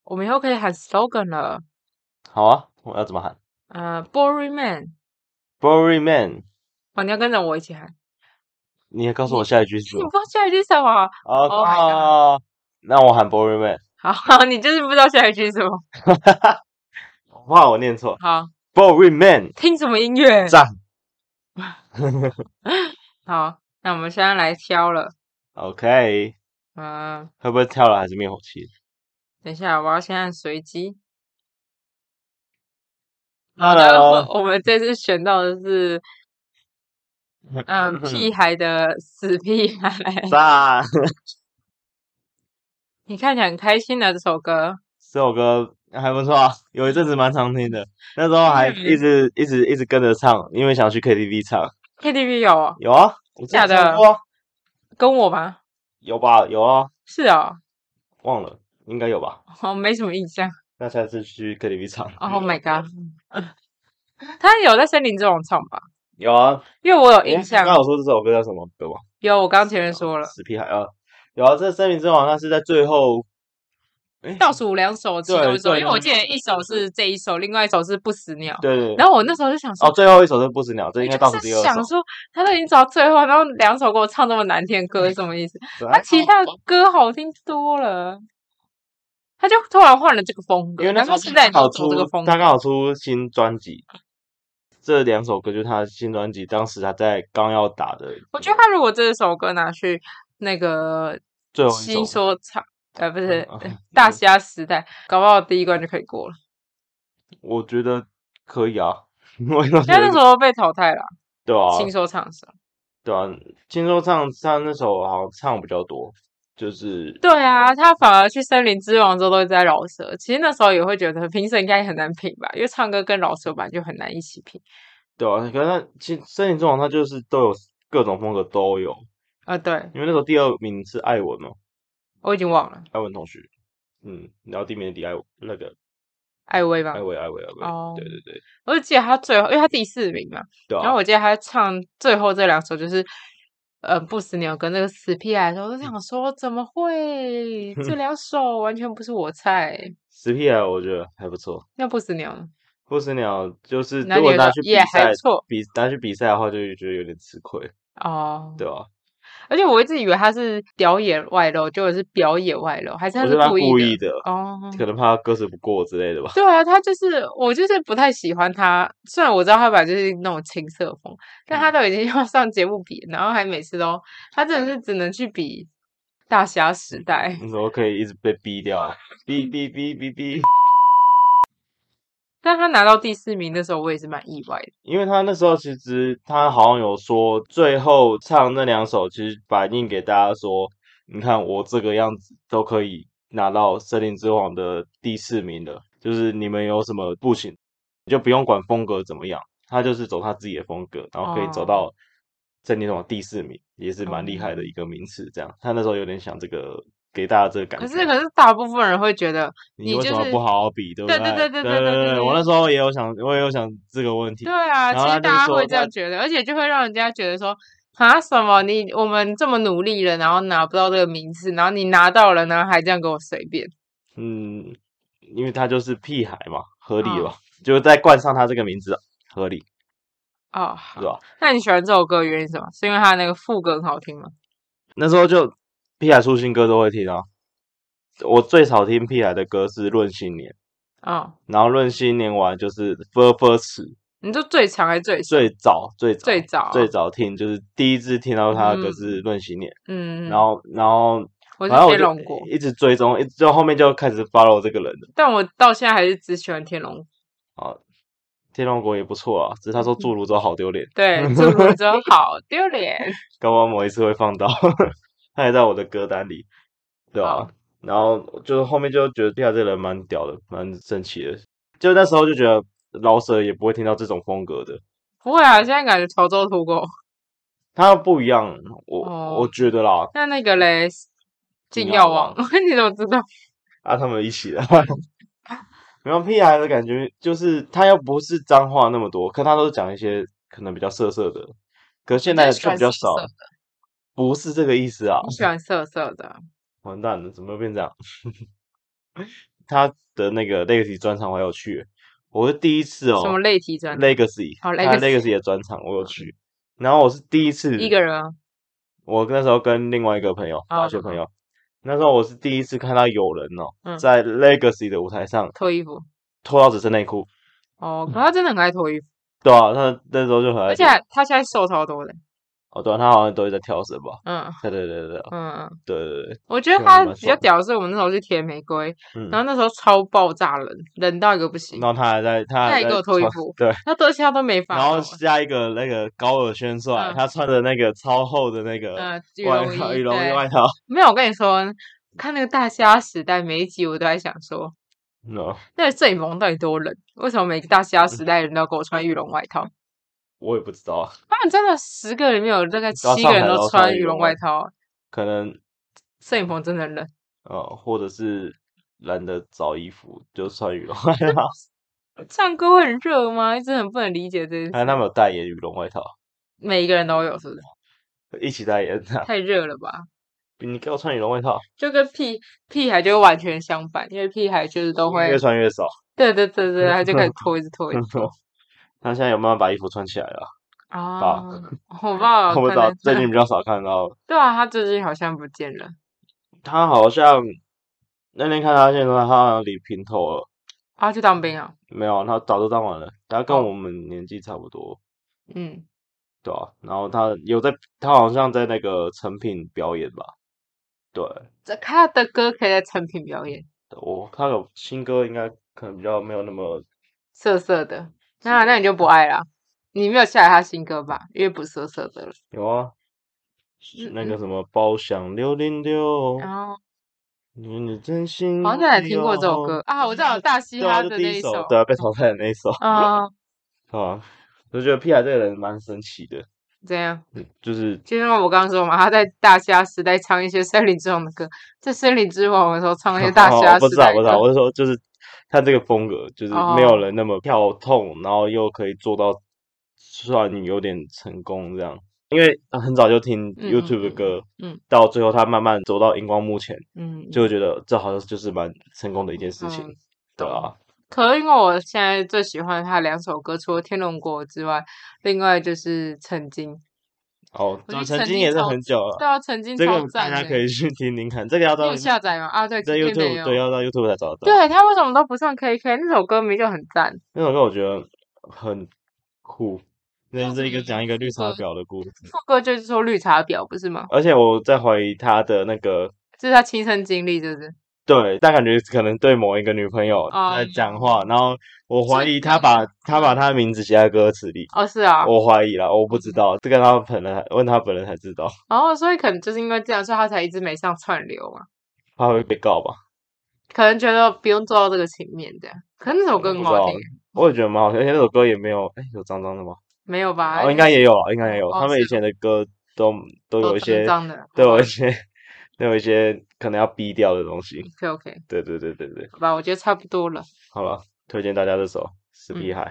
我们以后可以喊 slogan 了。 好啊，我要怎么喊 ？Boring Man。 ？Boring Man， 哦，你要跟着我一起喊。 你也告诉我下一句是什么？ 你不知道下一句是什么？Oh my god！ 那我喊 Boring Man。 好，你就是不知道下一句是什么。 我怕我念错。 好 ，Boring Man， 听什么音乐？ 赞。 好，那我们现在来挑了。 OK，会不会跳了还是灭火器？ 等一下，我要先按随机。好的，我们这次选到的是，屁孩的死屁孩。 赞。 你看起来很开心的这首歌。 这首歌还不错啊，有一阵子蛮常听的，那时候还一直跟着唱，因为想去 KTV 唱。 KTV 有啊？ 有啊，我假的？跟我吗？ 有吧，有啊。 是啊。 忘了，应该有吧。 没什么印象。 那下次去 KTV 唱。 Oh my god！他有在森林之王唱吧？ 有啊， 因为我有印象。 刚有说这首歌叫什么歌吗？ 有，我刚前面说了。 死屁孩啊！有啊，这森林之王它是在最后倒数2首其中一首，因为我记得一首是这一首，另外一首是不死鸟。 对。 然后我那时候就想说， 最后一首是不死鸟，这应该倒数第2首。 想说他都已经走到最后，然后2首给我唱这么难听的歌，什么意思？他其他的歌好听多了。他就突然换了这个风格， 因为那时候现在他刚好出新专辑，这2首歌就是他的新专辑，当时他在刚要打的。 我觉得他如果这首歌拿去那个新说唱，不是大虾时代，搞不好第1关就可以过了。 我觉得可以啊， 他那时候被淘汰了。 对啊， 新说唱的时候。 对啊，新说唱他那首好像唱比较多。就是对啊，他反而去森林之王之后都在饶舌，其实那时候也会觉得评审应该很难评吧，因为唱歌跟饶舌本来就很难一起评。 对啊，可是他其实森林之王他就是都有各种风格都有。 对， 因为那时候第2名是艾文嘛， 我已经忘了。 艾文同学，然后第1名是那个艾薇吧？ 艾薇， 哦， 对对对。 我就记得他最后，因为他第4名嘛， 对啊。 然后我记得他唱最后这2首就是。不死鸟跟那个死屁孩的时候，我就想说，怎么会这2首完全不是我菜。 死屁孩我觉得还不错。 那不死鸟呢？ 不死鸟就是如果拿去比赛，拿去比赛的话，就觉得有点吃亏。对吧？ 而且我一直以为他是表演外露，结果是表演外露，还是他是故意的？可能怕歌词不过之类的吧。 对啊，我就是不太喜欢他。虽然我知道他本来就是那种情色风，但他都已经要上节目比，然后还每次都，他真的是只能去比大侠时代。 你说可以一直被逼掉，逼。 但他拿到第4名的时候，我也是蛮意外的， 因为他那时候其实他好像有说，最后唱那2首，其实反映给大家说，你看我这个样子都可以拿到森林之王的第4名了，就是你们有什么不行，你就不用管风格怎么样，他就是走他自己的风格，然后可以走到森林之王第4名，也是蛮厉害的一个名次。这样，他那时候有点想这个。给大家这个感觉。 可是大部分人会觉得你为什么不好好比，对不对？ 对。 我那时候我也有想这个问题。 对啊，其实大家会这样觉得，而且就会让人家觉得说，什么我们这么努力了，然后拿不到这个名次，然后你拿到了呢，还这样给我随便。 因为他就是屁孩嘛，合理吧？就再冠上他这个名字，合理。是吧？ 那你喜欢这首歌的原因是什么？是因为他那个副歌很好听吗？ 那时候就屁孩出新歌都会听啊。我最少听屁孩的歌是《论新年》。然后《论新年》完就是《分词》。 你说最长还是最早听，就是第一次听到他的歌是《论新年》。然后然后我就一直追踪，就后面就开始 follow 这个人了。 但我到现在还是只喜欢天龙。 天龙国也不错啊，只是他说祝泸州好丢脸。 对，祝泸州好丢脸。 搞不好某一次会放到，他也在我的歌单里，对吧？然后就是后面就觉得屁孩这个人蛮屌的，蛮神奇的。就那时候就觉得饶舌也不会听到这种风格的。 不会啊，现在感觉潮州土狗他不一样，我觉得啦。 那个嘞，禁药王，你怎么知道？ 他们一起的。没有屁孩的感觉，就是他又不是脏话那么多，可他都是讲一些可能比较色色的，可现在就比较少。不是这个意思啊！ 你喜欢色色的？ 完蛋了，怎么会变这样？ 他的那个 Legacy 专场我还有去，我是第一次什么类题专场？ Legacy， 好他 Legacy Legacy 的专场我有去，然后我是第一次一个人啊？ 我那时候跟另外一个朋友，大学朋友，那时候我是第一次看到有人在 Legacy 的舞台上脱衣服， 脱到只剩内裤。 可他真的很爱脱衣服， 对啊，他那时候就很爱而且他现在瘦超多的。 对啊，他好像都会在跳绳吧？对，对。 我觉得他比较屌的是，我们那时候去甜玫瑰，然后那时候超爆炸冷到一个不行。 然后他还给我脱衣服， 对， 他都没发。 然后下一个那个高尔宣帅，他穿的那个超厚的那个羽绒衣外套。 没有，我跟你说，看那个大虾时代每一集，我都在想说，那个摄影棚到底多冷？为什么每个大虾时代人都要给我穿羽绒外套？ 我也不知道啊。 他们真的10个里面有大概7个人都穿羽绒外套， 可能摄影棚真的冷。 或者是懒得找衣服就穿羽绒外套。 唱歌会很热吗？一直很不能理解这件事。 他们有代言羽绒外套， 每一个人都有，是不是？ 一起代言。 太热了吧？ 你给我穿羽绒外套， 就跟屁孩就完全相反，因为屁孩就是都会越穿越少。 对，他就开始脱，一直脱。 他现在有慢慢把衣服穿起来了啊！我不知道，最近比较少看到。 对啊，他最近好像不见了。 他好像那天看他现在，他好像理平头了。 他去当兵啊？ 没有，他早就当完了。他跟我们年纪差不多。对啊。然后他好像在那个成品表演吧。对， 他的歌可以在成品表演。 他有新歌，应该可能比较没有那么色色的。那你就不爱啦。你没有下载他新歌吧？因为不色色的了。 有啊，那个什么包厢606。你真心好像也听过这首歌啊，我知道大嘻哈的那一首， 对啊，被淘汰的那一首。我觉得屁孩这个人蛮神奇的。 怎样？ 就是我刚刚说嘛，他在大虾时代唱一些森林之王的歌，在森林之王的时候唱一些大虾时代的歌。 不知道，我是说就是他这个风格，就是没有人那么跳痛，然后又可以做到算有点成功这样。因为很早就听 YouTube 的歌，到最后他慢慢走到荧光幕前，就会觉得这好像就是蛮成功的一件事情。对啊。 可是因为我现在最喜欢他2首歌，除了《天龙国》之外，另外就是《曾经》。 曾经也是很久了。 对啊，曾经这个大家可以去听听看。这个要到下载吗？对， 在 YouTube 对，要到 YouTube 才找得到。 对，他为什么都不上 KK？那首歌名就很赞。 那首歌我觉得很酷。那是讲一个绿茶婊的故事。 副歌就是说绿茶婊，不是吗？ 而且我在怀疑他的那个， 这是他亲身经历，是不是？ 对，但感觉可能对某一个女朋友在讲话，然后我怀疑他把他的名字写在歌词里。 是啊， 我怀疑啦，我不知道，这个问他本人才知道。 所以可能就是因为这样，所以他才一直没上串流嘛。 他会被告吧？ 可能觉得不用做到这个情面这样。可是那首歌很好听， 我也觉得蛮好听，而且那首歌也没有有脏脏的吗？ 没有吧？ 应该也有啊，应该也有。他们以前的歌都有一些脏的， 都有一些可能要逼掉的东西。 OK。 对。 好吧，我觉得差不多了。 好了，推荐大家这首《死屁孩》。